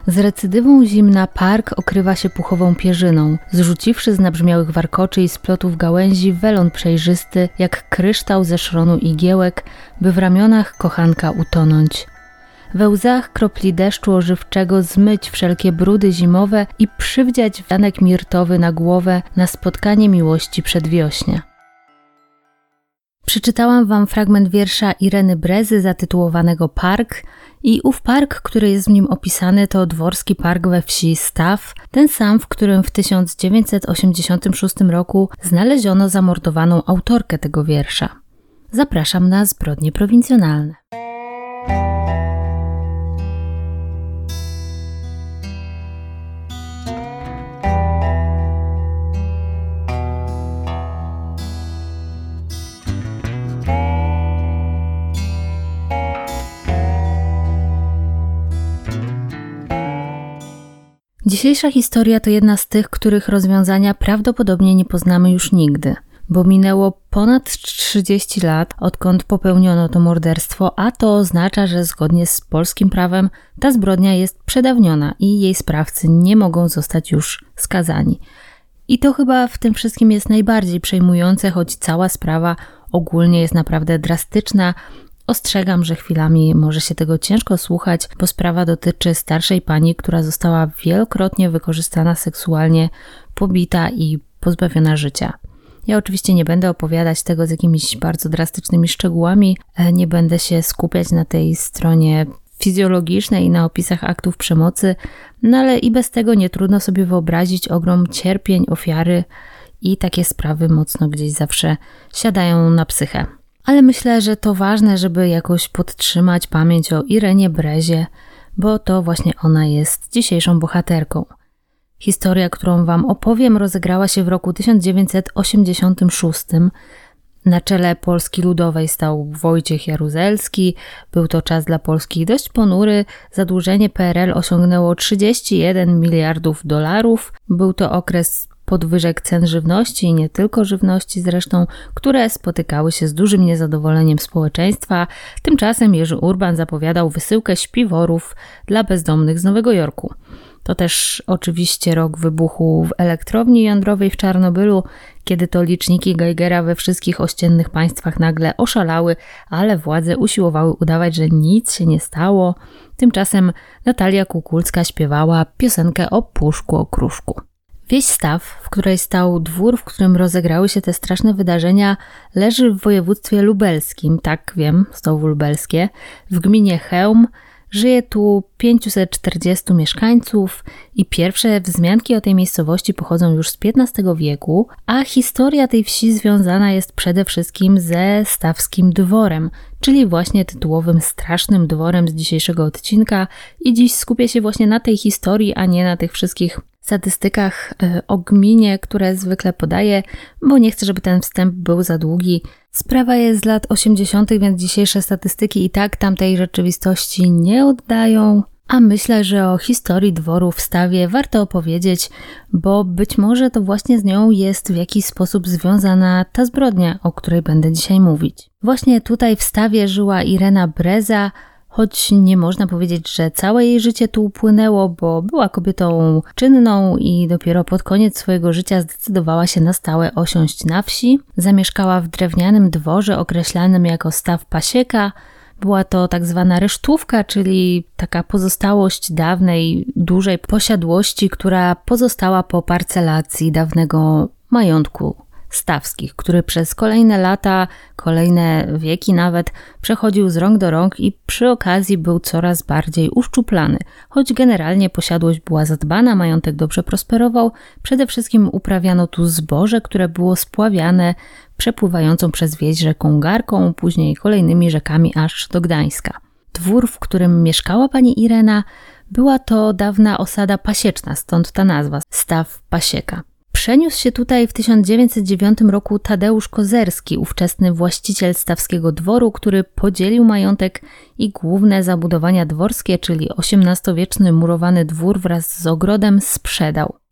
Z recydywą zimna park okrywa się puchową pierzyną, zrzuciwszy z nabrzmiałych warkoczy i splotów gałęzi welon przejrzysty, jak kryształ ze szronu igiełek, by w ramionach kochanka utonąć. We łzach kropli deszczu ożywczego zmyć wszelkie brudy zimowe i przywdziać wianek mirtowy na głowę na spotkanie miłości przedwiośnia. Przeczytałam wam fragment wiersza Ireny Brezy zatytułowanego Park i ów park, który jest w nim opisany, to dworski park we wsi Staw, ten sam, w którym w 1986 roku znaleziono zamordowaną autorkę tego wiersza. Zapraszam na Zbrodnie prowincjonalne. Dzisiejsza historia to jedna z tych, których rozwiązania prawdopodobnie nie poznamy już nigdy, bo minęło ponad 30 lat, odkąd popełniono to morderstwo, a to oznacza, że zgodnie z polskim prawem ta zbrodnia jest przedawniona i jej sprawcy nie mogą zostać już skazani. I to chyba w tym wszystkim jest najbardziej przejmujące, choć cała sprawa ogólnie jest naprawdę drastyczna. Ostrzegam, że chwilami może się tego ciężko słuchać, bo sprawa dotyczy starszej pani, która została wielokrotnie wykorzystana seksualnie, pobita i pozbawiona życia. Ja oczywiście nie będę opowiadać tego z jakimiś bardzo drastycznymi szczegółami, nie będę się skupiać na tej stronie fizjologicznej i na opisach aktów przemocy, no ale i bez tego nie trudno sobie wyobrazić ogrom cierpień ofiary i takie sprawy mocno gdzieś zawsze siadają na psychę. Ale myślę, że to ważne, żeby jakoś podtrzymać pamięć o Irenie Brezie, bo to właśnie ona jest dzisiejszą bohaterką. Historia, którą wam opowiem, rozegrała się w roku 1986. Na czele Polski Ludowej stał Wojciech Jaruzelski. Był to czas dla Polski dość ponury. Zadłużenie PRL osiągnęło 31 miliardów dolarów. Był to okres podwyżek cen żywności i nie tylko żywności zresztą, które spotykały się z dużym niezadowoleniem społeczeństwa. Tymczasem Jerzy Urban zapowiadał wysyłkę śpiworów dla bezdomnych z Nowego Jorku. To też oczywiście rok wybuchu w elektrowni jądrowej w Czarnobylu, kiedy to liczniki Geigera we wszystkich ościennych państwach nagle oszalały, ale władze usiłowały udawać, że nic się nie stało. Tymczasem Natalia Kukulska śpiewała piosenkę o puszku, o kruszku. Wieś Staw, w której stał dwór, w którym rozegrały się te straszne wydarzenia, leży w województwie lubelskim, tak wiem, Stowy Lubelskie, w gminie Chełm. Żyje tu 540 mieszkańców i pierwsze wzmianki o tej miejscowości pochodzą już z XV wieku, a historia tej wsi związana jest przede wszystkim ze Stawskim Dworem, czyli właśnie tytułowym strasznym dworem z dzisiejszego odcinka i dziś skupię się właśnie na tej historii, a nie na tych wszystkich statystykach o gminie, które zwykle podaję, bo nie chcę, żeby ten wstęp był za długi. Sprawa jest z lat 80., więc dzisiejsze statystyki i tak tamtej rzeczywistości nie oddają, a myślę, że o historii dworu w Stawie warto opowiedzieć, bo być może to właśnie z nią jest w jakiś sposób związana ta zbrodnia, o której będę dzisiaj mówić. Właśnie tutaj w Stawie żyła Irena Breza, choć nie można powiedzieć, że całe jej życie tu upłynęło, bo była kobietą czynną i dopiero pod koniec swojego życia zdecydowała się na stałe osiąść na wsi. Zamieszkała w drewnianym dworze określanym jako Staw Pasieka. Była to tak zwana resztówka, czyli taka pozostałość dawnej, dużej posiadłości, która pozostała po parcelacji dawnego majątku stawskich, który przez kolejne lata, kolejne wieki nawet przechodził z rąk do rąk i przy okazji był coraz bardziej uszczuplany. Choć generalnie posiadłość była zadbana, majątek dobrze prosperował, przede wszystkim uprawiano tu zboże, które było spławiane przepływającą przez wieś rzeką Garką, później kolejnymi rzekami aż do Gdańska. Dwór, w którym mieszkała pani Irena, była to dawna osada pasieczna, stąd ta nazwa, Staw Pasieka. Przeniósł się tutaj w 1909 roku Tadeusz Kozerski, ówczesny właściciel stawskiego dworu, który podzielił majątek i główne zabudowania dworskie, czyli XVIII-wieczny murowany dwór wraz z ogrodem sprzedał.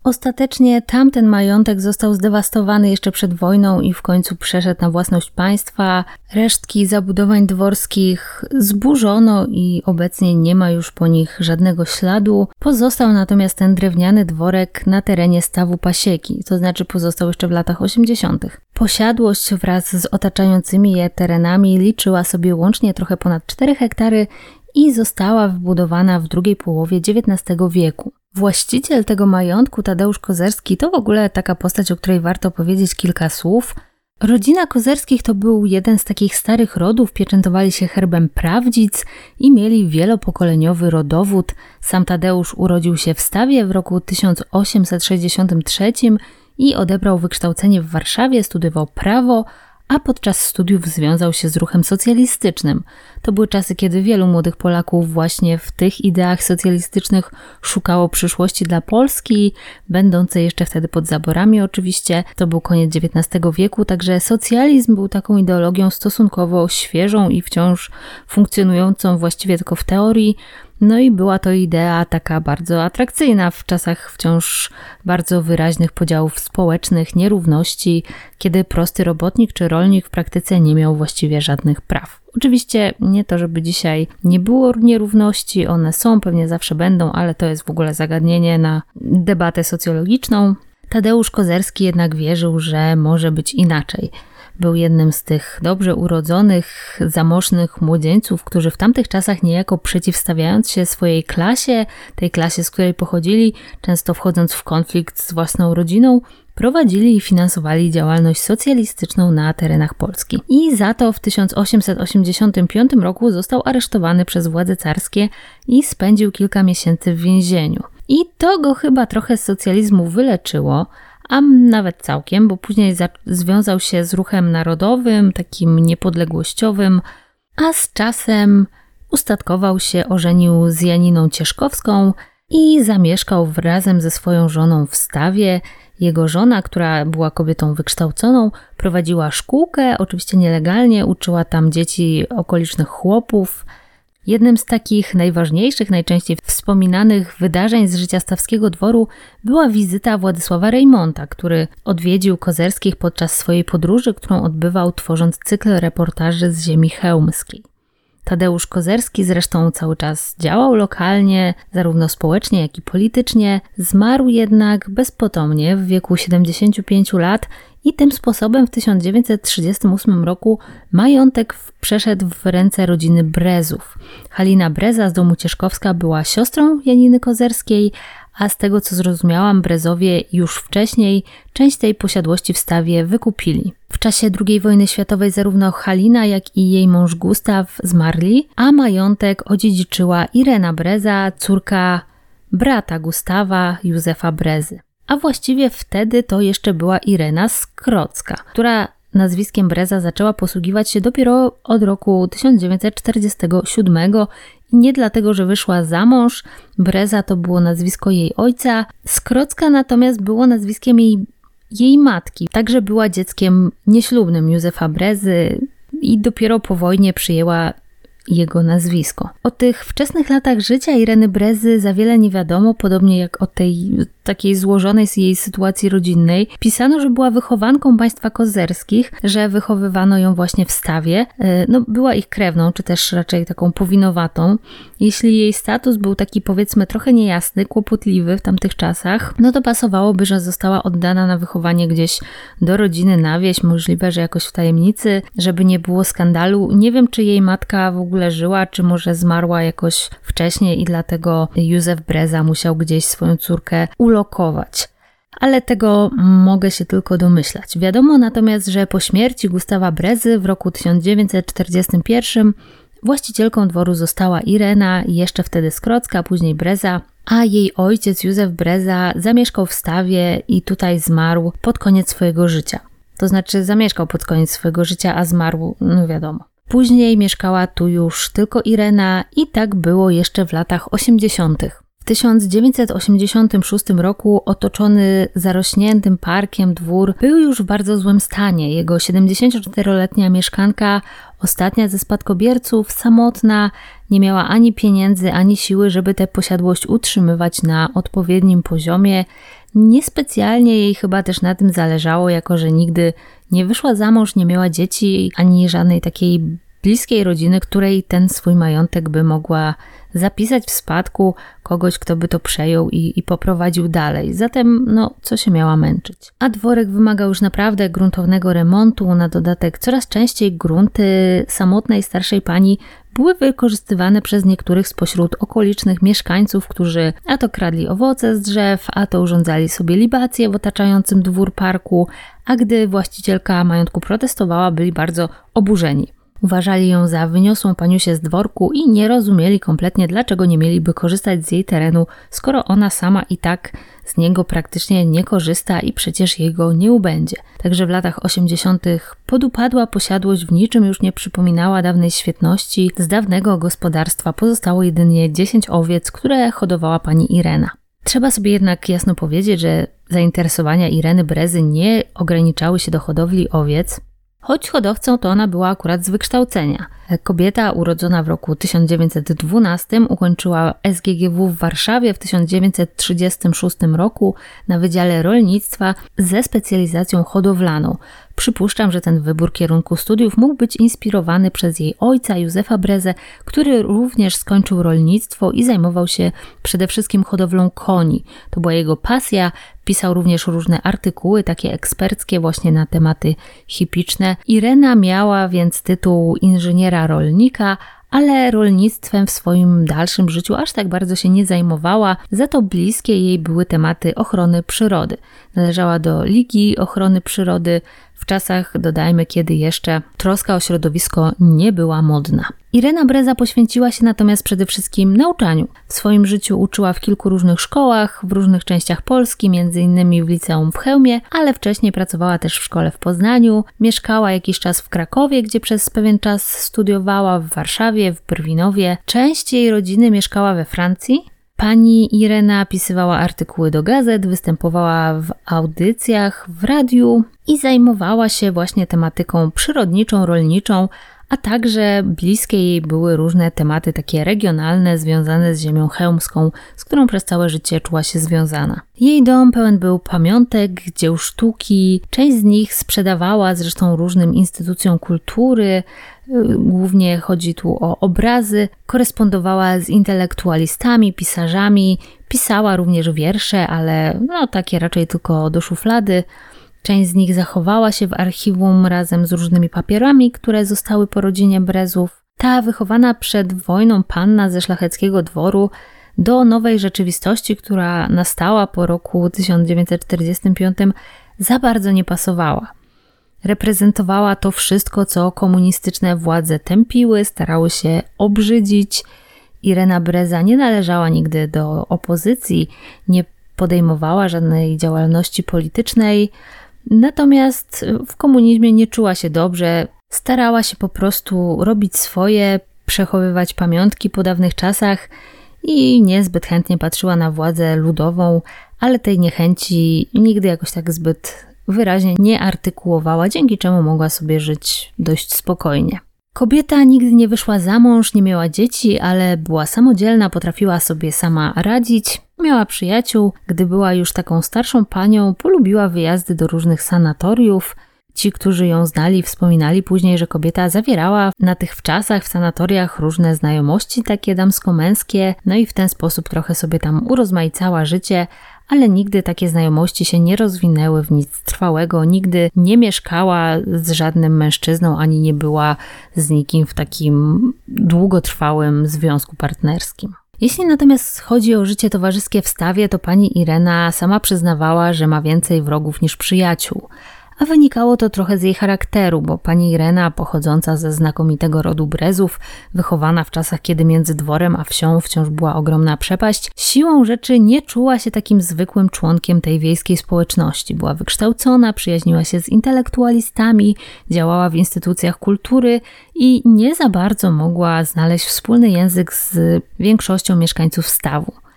Ostatecznie tamten majątek został zdewastowany jeszcze przed wojną i w końcu przeszedł na własność państwa. Resztki zabudowań dworskich zburzono i obecnie nie ma już po nich żadnego śladu. Pozostał natomiast ten drewniany dworek na terenie stawu Pasieki, to znaczy pozostał jeszcze w latach 80. Posiadłość wraz z otaczającymi je terenami liczyła sobie łącznie trochę ponad 4 hektary i została wybudowana w drugiej połowie XIX wieku. Właściciel tego majątku, Tadeusz Kozerski, to w ogóle taka postać, o której warto powiedzieć kilka słów. Rodzina Kozerskich to był jeden z takich starych rodów, pieczętowali się herbem Prawdzic i mieli wielopokoleniowy rodowód. Sam Tadeusz urodził się w Stawie w roku 1863 i odebrał wykształcenie w Warszawie, studiował prawo, a podczas studiów związał się z ruchem socjalistycznym. To były czasy, kiedy wielu młodych Polaków właśnie w tych ideach socjalistycznych szukało przyszłości dla Polski, będącej jeszcze wtedy pod zaborami oczywiście. To był koniec XIX wieku, także socjalizm był taką ideologią stosunkowo świeżą i wciąż funkcjonującą właściwie tylko w teorii. No i była to idea taka bardzo atrakcyjna w czasach wciąż bardzo wyraźnych podziałów społecznych, nierówności, kiedy prosty robotnik czy rolnik w praktyce nie miał właściwie żadnych praw. Oczywiście nie to, żeby dzisiaj nie było nierówności, one są, pewnie zawsze będą, ale to jest w ogóle zagadnienie na debatę socjologiczną. Tadeusz Kozerski jednak wierzył, że może być inaczej. Był jednym z tych dobrze urodzonych, zamożnych młodzieńców, którzy w tamtych czasach niejako przeciwstawiając się swojej klasie, tej klasie, z której pochodzili, często wchodząc w konflikt z własną rodziną, prowadzili i finansowali działalność socjalistyczną na terenach Polski. I za to w 1885 roku został aresztowany przez władze carskie i spędził kilka miesięcy w więzieniu. I to go chyba trochę z socjalizmu wyleczyło, a nawet całkiem, bo później związał się z ruchem narodowym, takim niepodległościowym, a z czasem ustatkował się, ożenił z Janiną Cieszkowską i zamieszkał razem ze swoją żoną w Stawie. Jego żona, która była kobietą wykształconą, prowadziła szkółkę, oczywiście nielegalnie, uczyła tam dzieci okolicznych chłopów. Jednym z takich najważniejszych, najczęściej wspominanych wydarzeń z życia stawskiego dworu była wizyta Władysława Reymonta, który odwiedził Kozerskich podczas swojej podróży, którą odbywał tworząc cykl reportaży z ziemi chełmskiej. Tadeusz Kozerski zresztą cały czas działał lokalnie, zarówno społecznie, jak i politycznie, zmarł jednak bezpotomnie w wieku 75 lat i tym sposobem w 1938 roku majątek przeszedł w ręce rodziny Brezów. Halina Breza z domu Cieszkowska była siostrą Janiny Kozerskiej, a z tego co zrozumiałam, Brezowie już wcześniej część tej posiadłości w Stawie wykupili. W czasie II wojny światowej zarówno Halina, jak i jej mąż Gustaw zmarli, a majątek odziedziczyła Irena Breza, córka brata Gustawa, Józefa Brezy. A właściwie wtedy to jeszcze była Irena Skrocka, która nazwiskiem Breza zaczęła posługiwać się dopiero od roku 1947 i nie dlatego, że wyszła za mąż. Breza to było nazwisko jej ojca, Skrocka natomiast było nazwiskiem jej matki. Także była dzieckiem nieślubnym Józefa Brezy i dopiero po wojnie przyjęła jego nazwisko. O tych wczesnych latach życia Ireny Brezy za wiele nie wiadomo, podobnie jak o tej takiej złożonej z jej sytuacji rodzinnej. Pisano, że była wychowanką państwa Kozerskich, że wychowywano ją właśnie w Stawie. Była ich krewną, czy też raczej taką powinowatą. Jeśli jej status był taki powiedzmy trochę niejasny, kłopotliwy w tamtych czasach, no to pasowałoby, że została oddana na wychowanie gdzieś do rodziny na wieś, możliwe, że jakoś w tajemnicy, żeby nie było skandalu. Nie wiem, czy jej matka w ogóle żyła, czy może zmarła jakoś wcześniej i dlatego Józef Breza musiał gdzieś swoją córkę ulokować. Ale tego mogę się tylko domyślać. Wiadomo natomiast, że po śmierci Gustawa Brezy w roku 1941 właścicielką dworu została Irena, jeszcze wtedy Skrocka, później Breza, a jej ojciec Józef Breza zamieszkał w Stawie i tutaj zmarł pod koniec swojego życia. To znaczy zamieszkał pod koniec swojego życia, a zmarł, no wiadomo. Później mieszkała tu już tylko Irena i tak było jeszcze w latach 80. W 1986 roku otoczony zarośniętym parkiem dwór był już w bardzo złym stanie. Jego 74-letnia mieszkanka, ostatnia ze spadkobierców, samotna, nie miała ani pieniędzy, ani siły, żeby tę posiadłość utrzymywać na odpowiednim poziomie. Niespecjalnie jej chyba też na tym zależało, jako że nigdy nie wyszła za mąż, nie miała dzieci, ani żadnej takiej bliskiej rodziny, której ten swój majątek by mogła zapisać w spadku, kogoś, kto by to przejął i poprowadził dalej. Zatem, co się miała męczyć? A dworek wymagał już naprawdę gruntownego remontu. Na dodatek coraz częściej grunty samotnej starszej pani były wykorzystywane przez niektórych spośród okolicznych mieszkańców, którzy a to kradli owoce z drzew, a to urządzali sobie libacje w otaczającym dwór parku, a gdy właścicielka majątku protestowała, byli bardzo oburzeni. Uważali ją za wyniosłą paniusię z dworku i nie rozumieli kompletnie, dlaczego nie mieliby korzystać z jej terenu, skoro ona sama i tak z niego praktycznie nie korzysta i przecież jego nie ubędzie. Także w latach 80. podupadła posiadłość, w niczym już nie przypominała dawnej świetności. Z dawnego gospodarstwa pozostało jedynie 10 owiec, które hodowała pani Irena. Trzeba sobie jednak jasno powiedzieć, że zainteresowania Ireny Brezy nie ograniczały się do hodowli owiec, choć hodowcą to ona była akurat z wykształcenia. Kobieta urodzona w roku 1912 ukończyła SGGW w Warszawie w 1936 roku na Wydziale Rolnictwa ze specjalizacją hodowlaną. Przypuszczam, że ten wybór kierunku studiów mógł być inspirowany przez jej ojca Józefa Brezę, który również skończył rolnictwo i zajmował się przede wszystkim hodowlą koni. To była jego pasja. Pisał również różne artykuły, takie eksperckie właśnie na tematy hipiczne. Irena miała więc tytuł inżyniera rolnika, ale rolnictwem w swoim dalszym życiu aż tak bardzo się nie zajmowała, za to bliskie jej były tematy ochrony przyrody. Należała do Ligi Ochrony Przyrody w czasach, dodajmy, kiedy jeszcze troska o środowisko nie była modna. Irena Breza poświęciła się natomiast przede wszystkim nauczaniu. W swoim życiu uczyła w kilku różnych szkołach, w różnych częściach Polski, m.in. w liceum w Chełmie, ale wcześniej pracowała też w szkole w Poznaniu. Mieszkała jakiś czas w Krakowie, gdzie przez pewien czas studiowała, w Warszawie, w Brwinowie. Część jej rodziny mieszkała we Francji. Pani Irena pisywała artykuły do gazet, występowała w audycjach, w radiu i zajmowała się właśnie tematyką przyrodniczą, rolniczą, a także bliskie jej były różne tematy takie regionalne, związane z ziemią chełmską, z którą przez całe życie czuła się związana. Jej dom pełen był pamiątek, dzieł sztuki, część z nich sprzedawała zresztą różnym instytucjom kultury, głównie chodzi tu o obrazy, korespondowała z intelektualistami, pisarzami, pisała również wiersze, ale takie raczej tylko do szuflady. Część z nich zachowała się w archiwum razem z różnymi papierami, które zostały po rodzinie Brezów. Ta wychowana przed wojną panna ze szlacheckiego dworu do nowej rzeczywistości, która nastała po roku 1945, za bardzo nie pasowała. Reprezentowała to wszystko, co komunistyczne władze tępiły, starały się obrzydzić. Irena Breza nie należała nigdy do opozycji, nie podejmowała żadnej działalności politycznej, natomiast w komunizmie nie czuła się dobrze, starała się po prostu robić swoje, przechowywać pamiątki po dawnych czasach i niezbyt chętnie patrzyła na władzę ludową, ale tej niechęci nigdy jakoś tak zbyt wyraźnie nie artykułowała, dzięki czemu mogła sobie żyć dość spokojnie. Kobieta nigdy nie wyszła za mąż, nie miała dzieci, ale była samodzielna, potrafiła sobie sama radzić. Miała przyjaciół, gdy była już taką starszą panią, polubiła wyjazdy do różnych sanatoriów. Ci, którzy ją znali, wspominali później, że kobieta zawierała na tych wczasach w sanatoriach różne znajomości takie damsko-męskie, i w ten sposób trochę sobie tam urozmaicała życie, ale nigdy takie znajomości się nie rozwinęły w nic trwałego, nigdy nie mieszkała z żadnym mężczyzną, ani nie była z nikim w takim długotrwałym związku partnerskim. Jeśli natomiast chodzi o życie towarzyskie w stawie, to pani Irena sama przyznawała, że ma więcej wrogów niż przyjaciół. A wynikało to trochę z jej charakteru, bo pani Irena, pochodząca ze znakomitego rodu Brezów, wychowana w czasach, kiedy między dworem a wsią wciąż była ogromna przepaść, siłą rzeczy nie czuła się takim zwykłym członkiem tej wiejskiej społeczności. Była wykształcona, przyjaźniła się z intelektualistami, działała w instytucjach kultury i nie za bardzo mogła znaleźć wspólny język z większością mieszkańców stawu.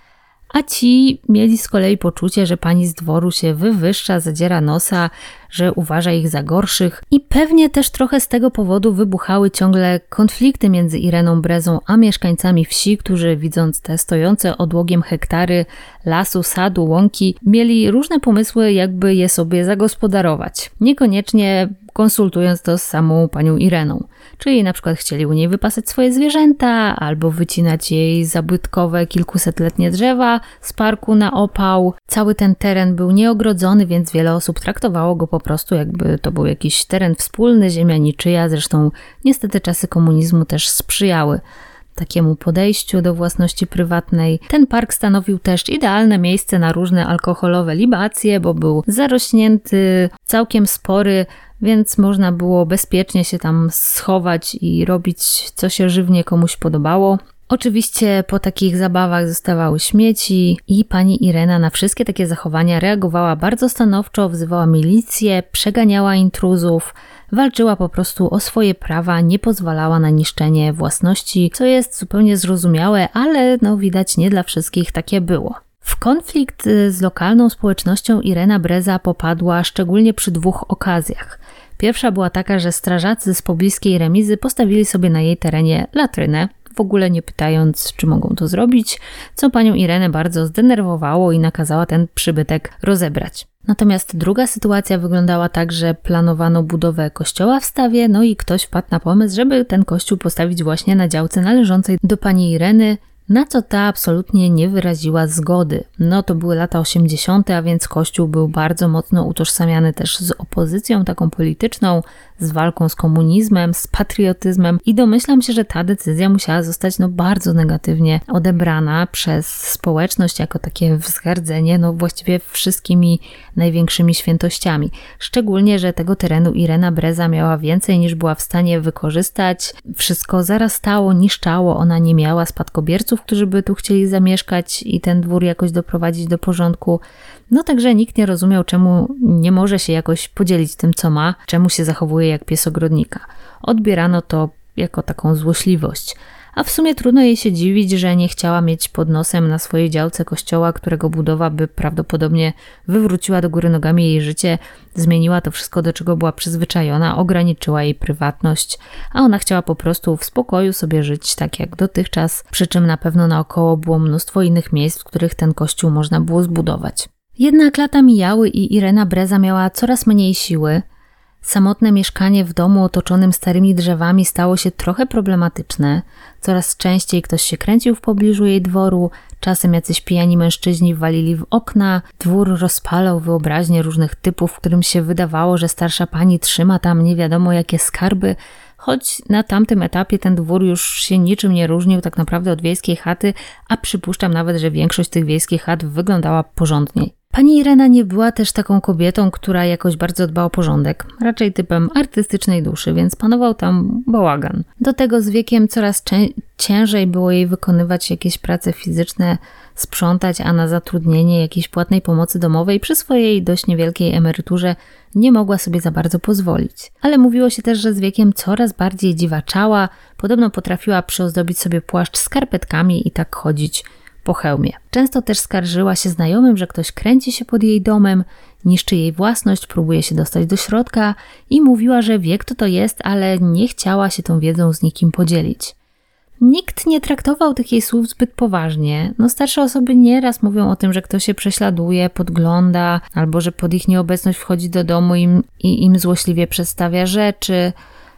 a ci mieli z kolei poczucie, że pani z dworu się wywyższa, zadziera nosa, że uważa ich za gorszych i pewnie też trochę z tego powodu wybuchały ciągle konflikty między Ireną Brezą a mieszkańcami wsi, którzy widząc te stojące odłogiem hektary lasu, sadu, łąki, mieli różne pomysły, jakby je sobie zagospodarować. Niekoniecznie konsultując to z samą panią Ireną. Czyli na przykład chcieli u niej wypasać swoje zwierzęta, albo wycinać jej zabytkowe kilkusetletnie drzewa z parku na opał. Cały ten teren był nieogrodzony, więc wiele osób traktowało go po prostu jakby to był jakiś teren wspólny, ziemia niczyja. Zresztą niestety czasy komunizmu też sprzyjały takiemu podejściu do własności prywatnej. Ten park stanowił też idealne miejsce na różne alkoholowe libacje, bo był zarośnięty, całkiem spory, więc można było bezpiecznie się tam schować i robić, co się żywnie komuś podobało. Oczywiście po takich zabawach zostawały śmieci i pani Irena na wszystkie takie zachowania reagowała bardzo stanowczo, wzywała milicję, przeganiała intruzów, walczyła po prostu o swoje prawa, nie pozwalała na niszczenie własności, co jest zupełnie zrozumiałe, ale widać nie dla wszystkich takie było. W konflikt z lokalną społecznością Irena Breza popadła szczególnie przy 2 okazjach. Pierwsza była taka, że strażacy z pobliskiej remizy postawili sobie na jej terenie latrynę, w ogóle nie pytając, czy mogą to zrobić, co panią Irenę bardzo zdenerwowało i nakazała ten przybytek rozebrać. Natomiast druga sytuacja wyglądała tak, że planowano budowę kościoła w Stawie, i ktoś wpadł na pomysł, żeby ten kościół postawić właśnie na działce należącej do pani Ireny, na co ta absolutnie nie wyraziła zgody. To były lata 80., a więc Kościół był bardzo mocno utożsamiany też z opozycją taką polityczną, z walką z komunizmem, z patriotyzmem i domyślam się, że ta decyzja musiała zostać bardzo negatywnie odebrana przez społeczność jako takie wzgardzenie właściwie wszystkimi największymi świętościami. Szczególnie, że tego terenu Irena Breza miała więcej niż była w stanie wykorzystać. Wszystko zarastało, niszczało, ona nie miała spadkobierców, którzy by tu chcieli zamieszkać i ten dwór jakoś doprowadzić do porządku. Także nikt nie rozumiał, czemu nie może się jakoś podzielić tym, co ma, czemu się zachowuje jak pies ogrodnika. Odbierano to jako taką złośliwość. A w sumie trudno jej się dziwić, że nie chciała mieć pod nosem na swojej działce kościoła, którego budowa by prawdopodobnie wywróciła do góry nogami jej życie, zmieniła to wszystko, do czego była przyzwyczajona, ograniczyła jej prywatność, a ona chciała po prostu w spokoju sobie żyć tak jak dotychczas, przy czym na pewno naokoło było mnóstwo innych miejsc, w których ten kościół można było zbudować. Jednak lata mijały i Irena Breza miała coraz mniej siły. Samotne mieszkanie w domu otoczonym starymi drzewami stało się trochę problematyczne. Coraz częściej ktoś się kręcił w pobliżu jej dworu, czasem jacyś pijani mężczyźni walili w okna. Dwór rozpalał wyobraźnię różnych typów, którym się wydawało, że starsza pani trzyma tam nie wiadomo jakie skarby, choć na tamtym etapie ten dwór już się niczym nie różnił tak naprawdę od wiejskiej chaty, a przypuszczam nawet, że większość tych wiejskich chat wyglądała porządniej. Pani Irena nie była też taką kobietą, która jakoś bardzo dba o porządek, raczej typem artystycznej duszy, więc panował tam bałagan. Do tego z wiekiem coraz ciężej było jej wykonywać jakieś prace fizyczne, sprzątać, a na zatrudnienie jakiejś płatnej pomocy domowej przy swojej dość niewielkiej emeryturze nie mogła sobie za bardzo pozwolić. Ale mówiło się też, że z wiekiem coraz bardziej dziwaczała, podobno potrafiła przyozdobić sobie płaszcz skarpetkami i tak chodzić po hełmie. Często też skarżyła się znajomym, że ktoś kręci się pod jej domem, niszczy jej własność, próbuje się dostać do środka i mówiła, że wie, kto to jest, ale nie chciała się tą wiedzą z nikim podzielić. Nikt nie traktował tych jej słów zbyt poważnie. Starsze osoby nieraz mówią o tym, że ktoś się prześladuje, podgląda, albo że pod ich nieobecność wchodzi do domu i im złośliwie przedstawia rzeczy.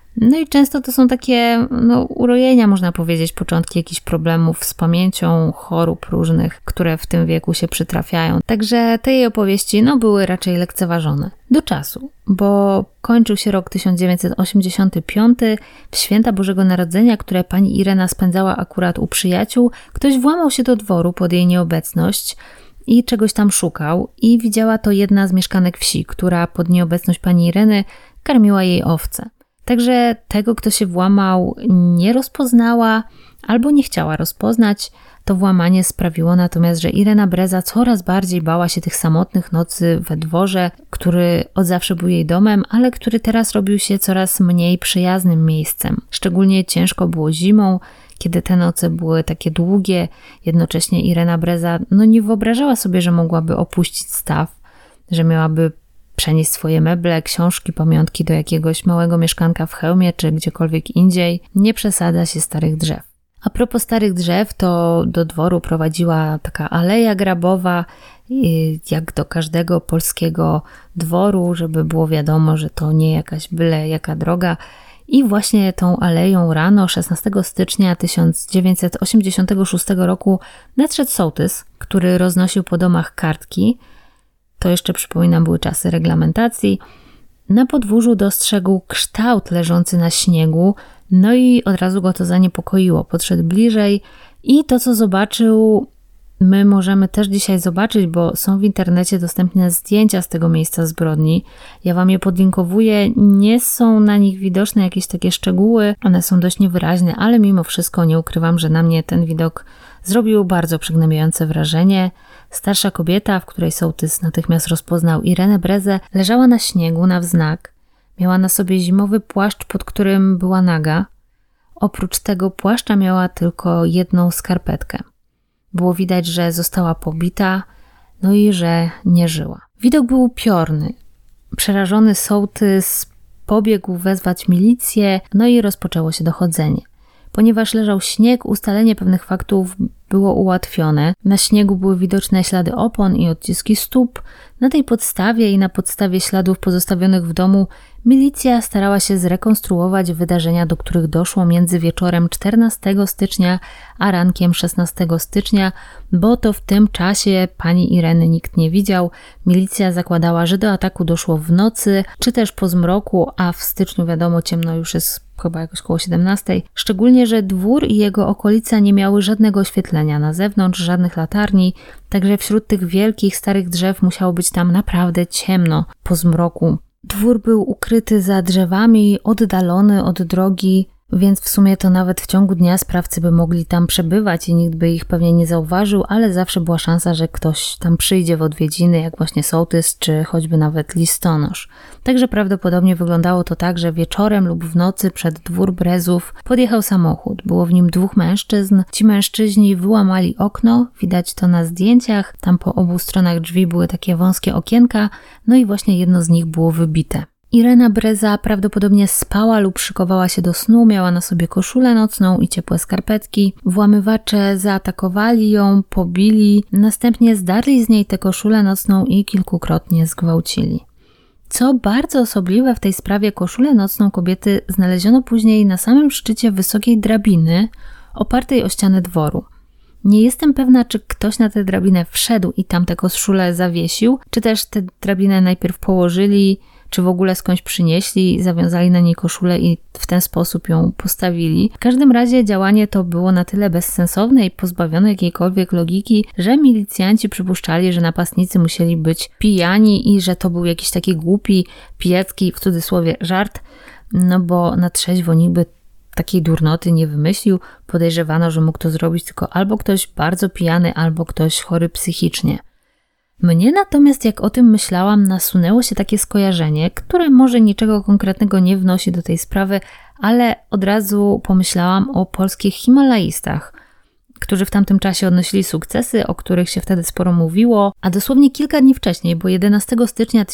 I często to są takie urojenia, można powiedzieć, początki jakichś problemów z pamięcią, chorób różnych, które w tym wieku się przytrafiają. Także te jej opowieści były raczej lekceważone. Do czasu, bo kończył się rok 1985, w święta Bożego Narodzenia, które pani Irena spędzała akurat u przyjaciół, ktoś włamał się do dworu pod jej nieobecność i czegoś tam szukał i widziała to jedna z mieszkanek wsi, która pod nieobecność pani Ireny karmiła jej owce. Także tego, kto się włamał, nie rozpoznała albo nie chciała rozpoznać. To włamanie sprawiło natomiast, że Irena Breza coraz bardziej bała się tych samotnych nocy we dworze, który od zawsze był jej domem, ale który teraz robił się coraz mniej przyjaznym miejscem. Szczególnie ciężko było zimą, kiedy te noce były takie długie, jednocześnie Irena Breza nie wyobrażała sobie, że mogłaby opuścić staw, że miałaby przenieść swoje meble, książki, pamiątki do jakiegoś małego mieszkanka w Chełmie czy gdziekolwiek indziej. Nie przesadza się starych drzew. A propos starych drzew, to do dworu prowadziła taka aleja grabowa, jak do każdego polskiego dworu, żeby było wiadomo, że to nie jakaś byle jaka droga. I właśnie tą aleją rano 16 stycznia 1986 roku nadszedł sołtys, który roznosił po domach kartki. To jeszcze, przypominam, były czasy reglamentacji. Na podwórzu dostrzegł kształt leżący na śniegu, i od razu go to zaniepokoiło. Podszedł bliżej i to, co zobaczył, my możemy też dzisiaj zobaczyć, bo są w internecie dostępne zdjęcia z tego miejsca zbrodni. Ja Wam je podlinkowuję. Nie są na nich widoczne jakieś takie szczegóły. One są dość niewyraźne, ale mimo wszystko nie ukrywam, że na mnie ten widok zrobił bardzo przygnębiające wrażenie. Starsza kobieta, w której sołtys natychmiast rozpoznał Irenę Brezę, leżała na śniegu na wznak. Miała na sobie zimowy płaszcz, pod którym była naga. Oprócz tego płaszcza miała tylko jedną skarpetkę. Było widać, że została pobita, i że nie żyła. Widok był upiorny. Przerażony sołtys pobiegł wezwać milicję, i rozpoczęło się dochodzenie. Ponieważ leżał śnieg, ustalenie pewnych faktów było ułatwione. Na śniegu były widoczne ślady opon i odciski stóp. Na tej podstawie i na podstawie śladów pozostawionych w domu milicja starała się zrekonstruować wydarzenia, do których doszło między wieczorem 14 stycznia a rankiem 16 stycznia, bo to w tym czasie pani Ireny nikt nie widział. Milicja zakładała, że do ataku doszło w nocy, czy też po zmroku, a w styczniu wiadomo, ciemno już jest chyba jakoś koło 17. Szczególnie, że dwór i jego okolica nie miały żadnego oświetlenia na zewnątrz, żadnych latarni, także wśród tych wielkich, starych drzew musiało być tam naprawdę ciemno po zmroku. Dwór był ukryty za drzewami, oddalony od drogi, więc w sumie to nawet w ciągu dnia sprawcy by mogli tam przebywać i nikt by ich pewnie nie zauważył, ale zawsze była szansa, że ktoś tam przyjdzie w odwiedziny, jak właśnie sołtys, czy choćby nawet listonosz. Także prawdopodobnie wyglądało to tak, że wieczorem lub w nocy przed dwór Brezów podjechał samochód. Było w nim 2 mężczyzn. Ci mężczyźni wyłamali okno, widać to na zdjęciach. Tam po obu stronach drzwi były takie wąskie okienka, i właśnie jedno z nich było wybite. Irena Breza prawdopodobnie spała lub szykowała się do snu, miała na sobie koszulę nocną i ciepłe skarpetki. Włamywacze zaatakowali ją, pobili, następnie zdarli z niej tę koszulę nocną i kilkukrotnie zgwałcili. Co bardzo osobliwe w tej sprawie, koszulę nocną kobiety znaleziono później na samym szczycie wysokiej drabiny opartej o ścianę dworu. Nie jestem pewna, czy ktoś na tę drabinę wszedł i tam tę koszulę zawiesił, czy też tę drabinę najpierw położyli, czy w ogóle skądś przynieśli, zawiązali na niej koszulę i w ten sposób ją postawili. W każdym razie działanie to było na tyle bezsensowne i pozbawione jakiejkolwiek logiki, że milicjanci przypuszczali, że napastnicy musieli być pijani i że to był jakiś taki głupi, pijacki, w cudzysłowie, żart, bo na trzeźwo nikt by takiej durnoty nie wymyślił. Podejrzewano, że mógł to zrobić tylko albo ktoś bardzo pijany, albo ktoś chory psychicznie. Mnie natomiast, jak o tym myślałam, nasunęło się takie skojarzenie, które może niczego konkretnego nie wnosi do tej sprawy, ale od razu pomyślałam o polskich himalaistach, którzy w tamtym czasie odnosili sukcesy, o których się wtedy sporo mówiło, a dosłownie kilka dni wcześniej, bo 11 stycznia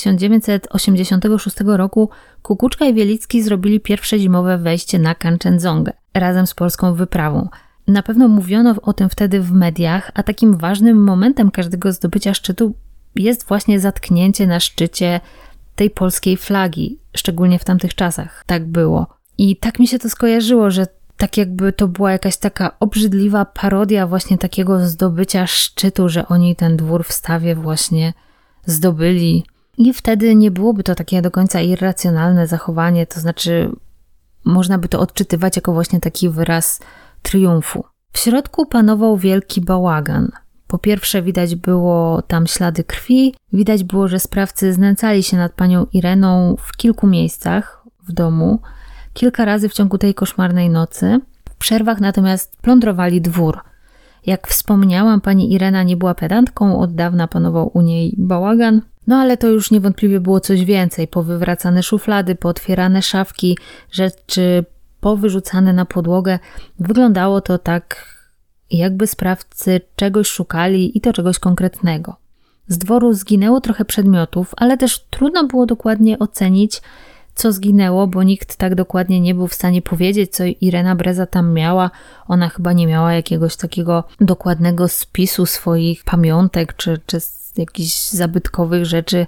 1986 roku Kukuczka i Wielicki zrobili pierwsze zimowe wejście na Kanchenjongę razem z polską wyprawą. Na pewno mówiono o tym wtedy w mediach, a takim ważnym momentem każdego zdobycia szczytu jest właśnie zatknięcie na szczycie tej polskiej flagi, szczególnie w tamtych czasach. Tak było. I tak mi się to skojarzyło, że tak jakby to była jakaś taka obrzydliwa parodia właśnie takiego zdobycia szczytu, że oni ten dwór w Stawie właśnie zdobyli. I wtedy nie byłoby to takie do końca irracjonalne zachowanie, to znaczy można by to odczytywać jako właśnie taki wyraz triumfu. W środku panował wielki bałagan. Po pierwsze widać było tam ślady krwi, widać było, że sprawcy znęcali się nad panią Ireną w kilku miejscach w domu, kilka razy w ciągu tej koszmarnej nocy. W przerwach natomiast plądrowali dwór. Jak wspomniałam, pani Irena nie była pedantką, od dawna panował u niej bałagan, ale to już niewątpliwie było coś więcej. Powywracane szuflady, pootwierane szafki, rzeczy powyrzucane na podłogę. Wyglądało to tak, jakby sprawcy czegoś szukali i to czegoś konkretnego. Z dworu zginęło trochę przedmiotów, ale też trudno było dokładnie ocenić, co zginęło, bo nikt tak dokładnie nie był w stanie powiedzieć, co Irena Breza tam miała. Ona chyba nie miała jakiegoś takiego dokładnego spisu swoich pamiątek czy jakichś zabytkowych rzeczy,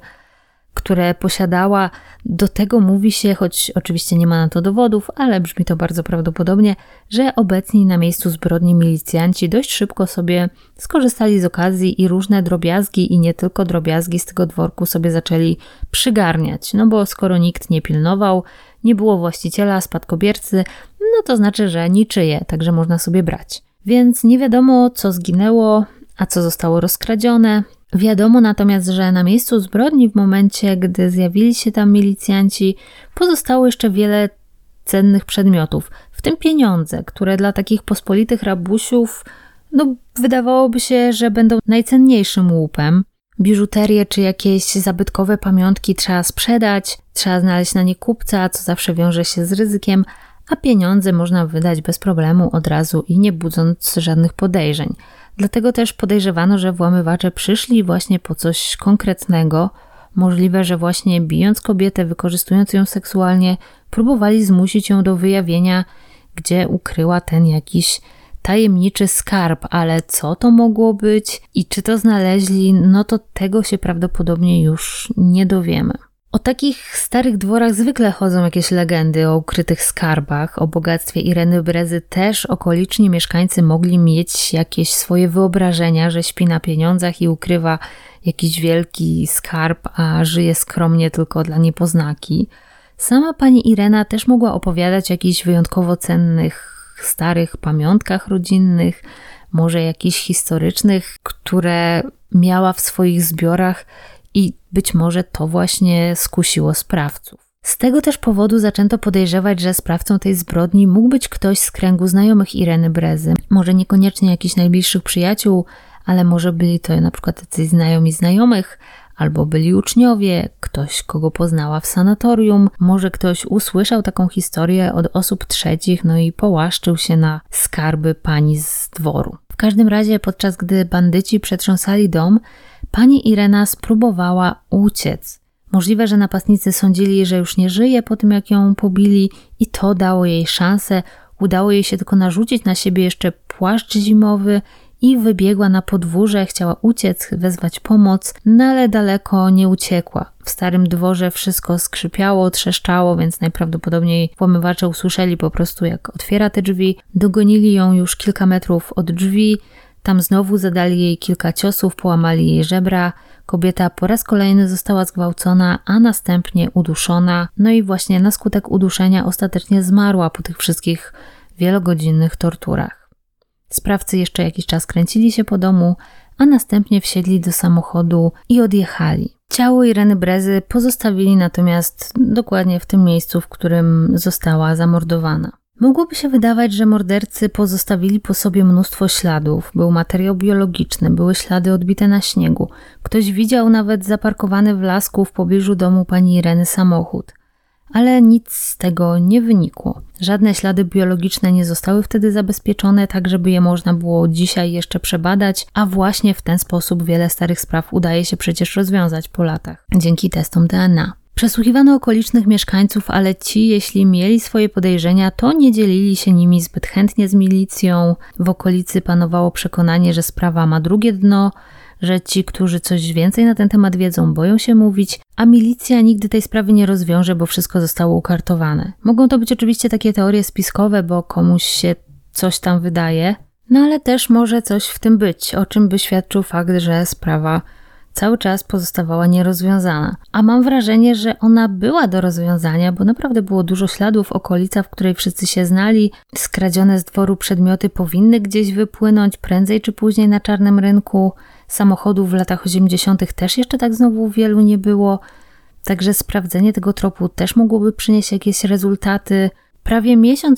które posiadała. Do tego mówi się, choć oczywiście nie ma na to dowodów, ale brzmi to bardzo prawdopodobnie, że obecni na miejscu zbrodni milicjanci dość szybko sobie skorzystali z okazji i różne drobiazgi i nie tylko drobiazgi z tego dworku sobie zaczęli przygarniać. No bo skoro nikt nie pilnował, nie było właściciela, spadkobiercy, no to znaczy, że niczyje, także można sobie brać. Więc nie wiadomo, co zginęło, a co zostało rozkradzione. Wiadomo natomiast, że na miejscu zbrodni w momencie, gdy zjawili się tam milicjanci, pozostało jeszcze wiele cennych przedmiotów, w tym pieniądze, które dla takich pospolitych rabusiów, wydawałoby się, że będą najcenniejszym łupem. Biżuterię czy jakieś zabytkowe pamiątki trzeba sprzedać, trzeba znaleźć na nie kupca, co zawsze wiąże się z ryzykiem, a pieniądze można wydać bez problemu od razu i nie budząc żadnych podejrzeń. Dlatego też podejrzewano, że włamywacze przyszli właśnie po coś konkretnego. Możliwe, że właśnie bijąc kobietę, wykorzystując ją seksualnie, próbowali zmusić ją do wyjawienia, gdzie ukryła ten jakiś tajemniczy skarb, ale co to mogło być i czy to znaleźli, no to tego się prawdopodobnie już nie dowiemy. O takich starych dworach zwykle chodzą jakieś legendy o ukrytych skarbach. O bogactwie Ireny Brezy też okoliczni mieszkańcy mogli mieć jakieś swoje wyobrażenia, że śpi na pieniądzach i ukrywa jakiś wielki skarb, a żyje skromnie tylko dla niepoznaki. Sama pani Irena też mogła opowiadać o jakichś wyjątkowo cennych, starych pamiątkach rodzinnych, może jakichś historycznych, które miała w swoich zbiorach i być może to właśnie skusiło sprawców. Z tego też powodu zaczęto podejrzewać, że sprawcą tej zbrodni mógł być ktoś z kręgu znajomych Ireny Brezy. Może niekoniecznie jakichś najbliższych przyjaciół, ale może byli to na przykład jacyś znajomi znajomych, albo byli uczniowie, ktoś, kogo poznała w sanatorium, może ktoś usłyszał taką historię od osób trzecich, no i połaszczył się na skarby pani z dworu. W każdym razie, podczas gdy bandyci przetrząsali dom, pani Irena spróbowała uciec. Możliwe, że napastnicy sądzili, że już nie żyje po tym, jak ją pobili i to dało jej szansę. Udało jej się tylko narzucić na siebie jeszcze płaszcz zimowy i wybiegła na podwórze, chciała uciec, wezwać pomoc, no ale daleko nie uciekła. W starym dworze wszystko skrzypiało, trzeszczało, więc najprawdopodobniej włamywacze usłyszeli po prostu, jak otwiera te drzwi. Dogonili ją już kilka metrów od drzwi, tam znowu zadali jej kilka ciosów, połamali jej żebra. Kobieta po raz kolejny została zgwałcona, a następnie uduszona. No i właśnie na skutek uduszenia ostatecznie zmarła po tych wszystkich wielogodzinnych torturach. Sprawcy jeszcze jakiś czas kręcili się po domu, a następnie wsiedli do samochodu i odjechali. Ciało Ireny Brezy pozostawili natomiast dokładnie w tym miejscu, w którym została zamordowana. Mogłoby się wydawać, że mordercy pozostawili po sobie mnóstwo śladów. Był materiał biologiczny, były ślady odbite na śniegu. Ktoś widział nawet zaparkowany w lasku w pobliżu domu pani Ireny samochód. Ale nic z tego nie wynikło. Żadne ślady biologiczne nie zostały wtedy zabezpieczone, tak żeby je można było dzisiaj jeszcze przebadać, a właśnie w ten sposób wiele starych spraw udaje się przecież rozwiązać po latach, dzięki testom DNA. Przesłuchiwano okolicznych mieszkańców, ale ci, jeśli mieli swoje podejrzenia, to nie dzielili się nimi zbyt chętnie z milicją. W okolicy panowało przekonanie, że sprawa ma drugie dno, że ci, którzy coś więcej na ten temat wiedzą, boją się mówić, a milicja nigdy tej sprawy nie rozwiąże, bo wszystko zostało ukartowane. Mogą to być oczywiście takie teorie spiskowe, bo komuś się coś tam wydaje, no ale też może coś w tym być, o czym by świadczył fakt, że sprawa cały czas pozostawała nierozwiązana. A mam wrażenie, że ona była do rozwiązania, bo naprawdę było dużo śladów, okolica, w której wszyscy się znali. Skradzione z dworu przedmioty powinny gdzieś wypłynąć prędzej czy później na czarnym rynku. Samochodów w latach 80. też jeszcze tak znowu wielu nie było. Także sprawdzenie tego tropu też mogłoby przynieść jakieś rezultaty. Prawie miesiąc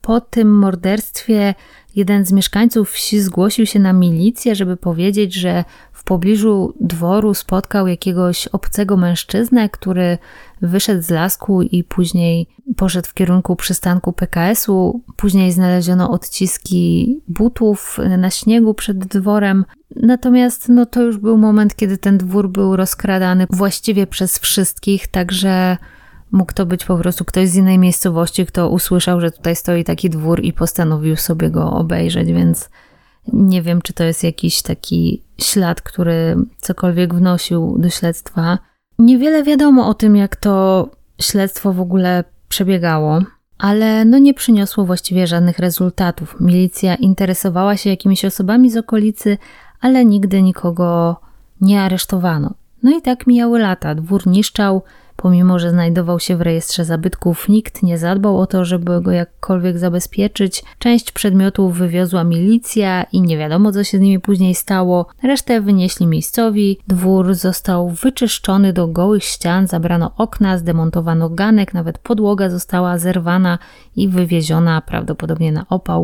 po tym morderstwie jeden z mieszkańców wsi zgłosił się na milicję, żeby powiedzieć, że w pobliżu dworu spotkał jakiegoś obcego mężczyznę, który wyszedł z lasku i później poszedł w kierunku przystanku PKS-u. Później znaleziono odciski butów na śniegu przed dworem. Natomiast to już był moment, kiedy ten dwór był rozkradany właściwie przez wszystkich, także mógł to być po prostu ktoś z innej miejscowości, kto usłyszał, że tutaj stoi taki dwór i postanowił sobie go obejrzeć, więc nie wiem, czy to jest jakiś taki ślad, który cokolwiek wnosił do śledztwa. Niewiele wiadomo o tym, jak to śledztwo w ogóle przebiegało, ale nie przyniosło właściwie żadnych rezultatów. Milicja interesowała się jakimiś osobami z okolicy, ale nigdy nikogo nie aresztowano. I tak mijały lata. Dwór niszczał, pomimo że znajdował się w rejestrze zabytków, nikt nie zadbał o to, żeby go jakkolwiek zabezpieczyć. Część przedmiotów wywiozła milicja i nie wiadomo, co się z nimi później stało. Resztę wynieśli miejscowi. Dwór został wyczyszczony do gołych ścian, zabrano okna, zdemontowano ganek, nawet podłoga została zerwana i wywieziona prawdopodobnie na opał.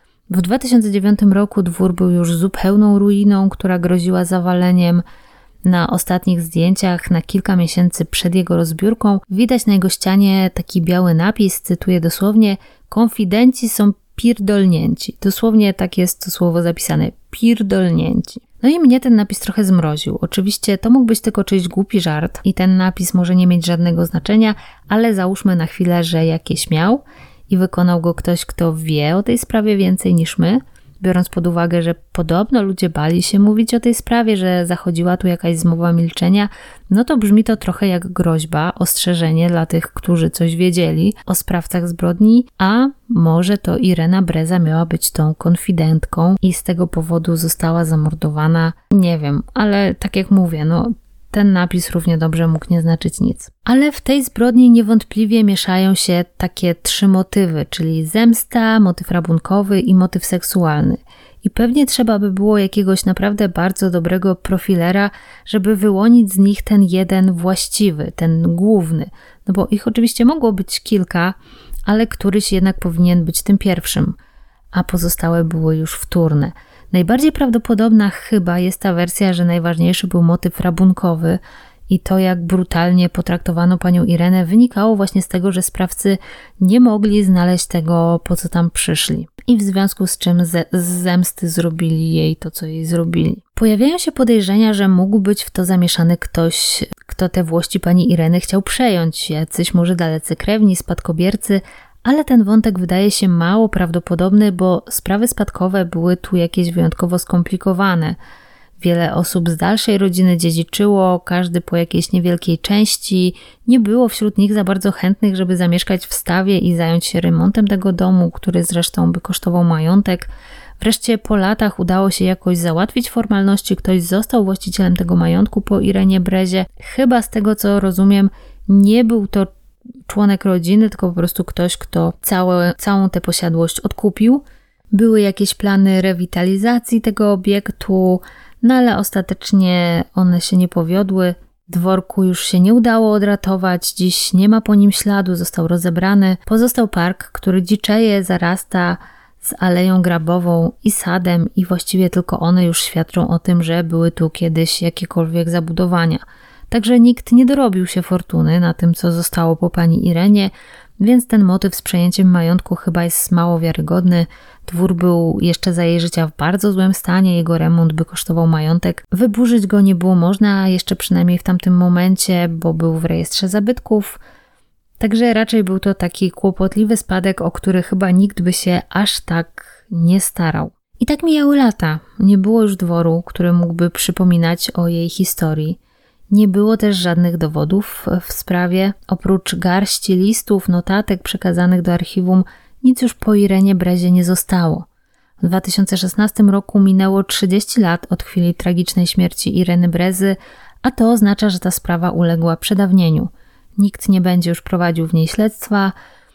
W 2009 roku dwór był już zupełną ruiną, która groziła zawaleniem. Na ostatnich zdjęciach, na kilka miesięcy przed jego rozbiórką, widać na jego ścianie taki biały napis, cytuję dosłownie: konfidenci są pierdolnięci. Dosłownie tak jest to słowo zapisane, pierdolnięci. I mnie ten napis trochę zmroził. Oczywiście to mógł być tylko czyjś głupi żart i ten napis może nie mieć żadnego znaczenia, ale załóżmy na chwilę, że jakieś miał i wykonał go ktoś, kto wie o tej sprawie więcej niż my. Biorąc pod uwagę, że podobno ludzie bali się mówić o tej sprawie, że zachodziła tu jakaś zmowa milczenia, to brzmi to trochę jak groźba, ostrzeżenie dla tych, którzy coś wiedzieli o sprawcach zbrodni, a może to Irena Breza miała być tą konfidentką i z tego powodu została zamordowana. Nie wiem, ale tak jak mówię, ten napis równie dobrze mógł nie znaczyć nic. Ale w tej zbrodni niewątpliwie mieszają się takie 3 motywy, czyli zemsta, motyw rabunkowy i motyw seksualny. I pewnie trzeba by było jakiegoś naprawdę bardzo dobrego profilera, żeby wyłonić z nich ten jeden właściwy, ten główny. Bo ich oczywiście mogło być kilka, ale któryś jednak powinien być tym pierwszym, a pozostałe były już wtórne. Najbardziej prawdopodobna chyba jest ta wersja, że najważniejszy był motyw rabunkowy i to, jak brutalnie potraktowano panią Irenę, wynikało właśnie z tego, że sprawcy nie mogli znaleźć tego, po co tam przyszli. I w związku z czym z zemsty zrobili jej to, co jej zrobili. Pojawiają się podejrzenia, że mógł być w to zamieszany ktoś, kto te włości pani Ireny chciał przejąć. Jacyś może dalecy krewni, spadkobiercy, ale ten wątek wydaje się mało prawdopodobny, bo sprawy spadkowe były tu jakieś wyjątkowo skomplikowane. Wiele osób z dalszej rodziny dziedziczyło, każdy po jakiejś niewielkiej części. Nie było wśród nich za bardzo chętnych, żeby zamieszkać w stawie i zająć się remontem tego domu, który zresztą by kosztował majątek. Wreszcie po latach udało się jakoś załatwić formalności, ktoś został właścicielem tego majątku po Irenie Brezie. Chyba z tego, co rozumiem, nie był to członek rodziny, tylko po prostu ktoś, kto całą tę posiadłość odkupił. Były jakieś plany rewitalizacji tego obiektu, ale ostatecznie one się nie powiodły. Dworku już się nie udało odratować, dziś nie ma po nim śladu, został rozebrany. Pozostał park, który dziczeje, zarasta z aleją grabową i sadem i właściwie tylko one już świadczą o tym, że były tu kiedyś jakiekolwiek zabudowania. Także nikt nie dorobił się fortuny na tym, co zostało po pani Irenie, więc ten motyw z przejęciem majątku chyba jest mało wiarygodny. Dwór był jeszcze za jej życia w bardzo złym stanie, jego remont by kosztował majątek. Wyburzyć go nie było można jeszcze przynajmniej w tamtym momencie, bo był w rejestrze zabytków. Także raczej był to taki kłopotliwy spadek, o który chyba nikt by się aż tak nie starał. I tak mijały lata. Nie było już dworu, który mógłby przypominać o jej historii. Nie było też żadnych dowodów w sprawie. Oprócz garści listów, notatek przekazanych do archiwum, nic już po Irenie Brezie nie zostało. W 2016 roku minęło 30 lat od chwili tragicznej śmierci Ireny Brezy, a to oznacza, że ta sprawa uległa przedawnieniu. Nikt nie będzie już prowadził w niej śledztwa,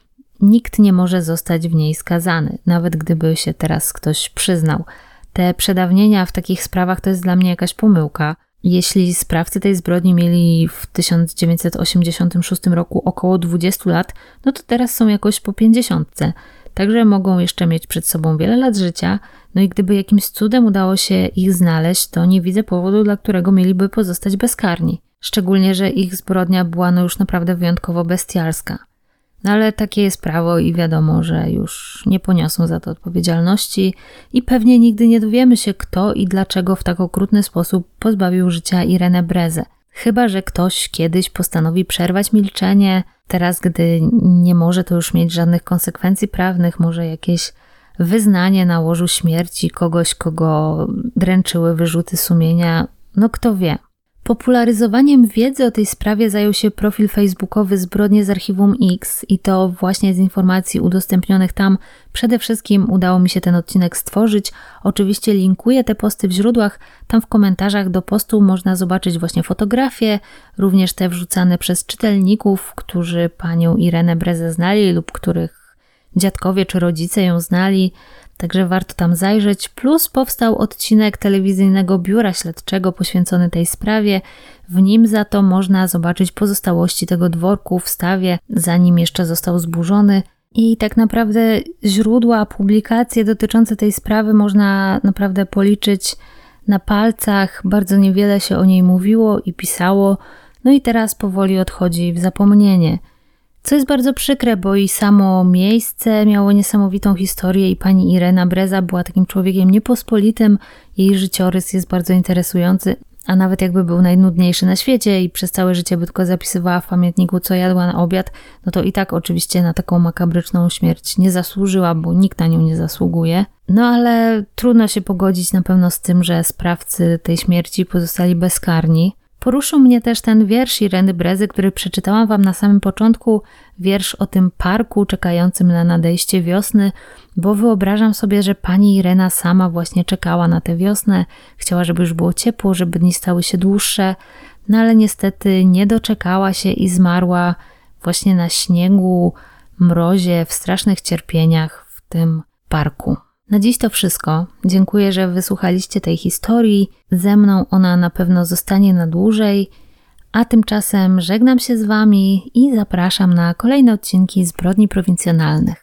nikt nie może zostać w niej skazany, nawet gdyby się teraz ktoś przyznał. Te przedawnienia w takich sprawach to jest dla mnie jakaś pomyłka. Jeśli sprawcy tej zbrodni mieli w 1986 roku około 20 lat, to teraz są jakoś po 50. także mogą jeszcze mieć przed sobą wiele lat życia, no i gdyby jakimś cudem udało się ich znaleźć, to nie widzę powodu, dla którego mieliby pozostać bezkarni. Szczególnie, że ich zbrodnia była już naprawdę wyjątkowo bestialska. No ale takie jest prawo i wiadomo, że już nie poniosą za to odpowiedzialności i pewnie nigdy nie dowiemy się, kto i dlaczego w tak okrutny sposób pozbawił życia Irenę Brezę. Chyba że ktoś kiedyś postanowi przerwać milczenie, teraz gdy nie może to już mieć żadnych konsekwencji prawnych, może jakieś wyznanie na łożu śmierci kogoś, kogo dręczyły wyrzuty sumienia, no kto wie. Popularyzowaniem wiedzy o tej sprawie zajął się profil facebookowy Zbrodnie z Archiwum X i to właśnie z informacji udostępnionych tam przede wszystkim udało mi się ten odcinek stworzyć. Oczywiście linkuję te posty w źródłach, tam w komentarzach do postu można zobaczyć właśnie fotografie, również te wrzucane przez czytelników, którzy panią Irenę Brezę znali lub których dziadkowie czy rodzice ją znali. Także warto tam zajrzeć, plus powstał odcinek telewizyjnego biura śledczego poświęcony tej sprawie. W nim za to można zobaczyć pozostałości tego dworku w Stawie, zanim jeszcze został zburzony. I tak naprawdę źródła, publikacje dotyczące tej sprawy można naprawdę policzyć na palcach. Bardzo niewiele się o niej mówiło i pisało, no i teraz powoli odchodzi w zapomnienie. Co jest bardzo przykre, bo i samo miejsce miało niesamowitą historię i pani Irena Breza była takim człowiekiem niepospolitym, jej życiorys jest bardzo interesujący, a nawet jakby był najnudniejszy na świecie i przez całe życie by tylko zapisywała w pamiętniku, co jadła na obiad, no to i tak oczywiście na taką makabryczną śmierć nie zasłużyła, bo nikt na nią nie zasługuje. No ale trudno się pogodzić na pewno z tym, że sprawcy tej śmierci pozostali bezkarni. Poruszył mnie też ten wiersz Ireny Brezy, który przeczytałam wam na samym początku, wiersz o tym parku czekającym na nadejście wiosny, bo wyobrażam sobie, że pani Irena sama właśnie czekała na tę wiosnę, chciała, żeby już było ciepło, żeby dni stały się dłuższe, no ale niestety nie doczekała się i zmarła właśnie na śniegu, mrozie, w strasznych cierpieniach w tym parku. Na dziś to wszystko. Dziękuję, że wysłuchaliście tej historii. Ze mną ona na pewno zostanie na dłużej, a tymczasem żegnam się z wami i zapraszam na kolejne odcinki Zbrodni Prowincjonalnych.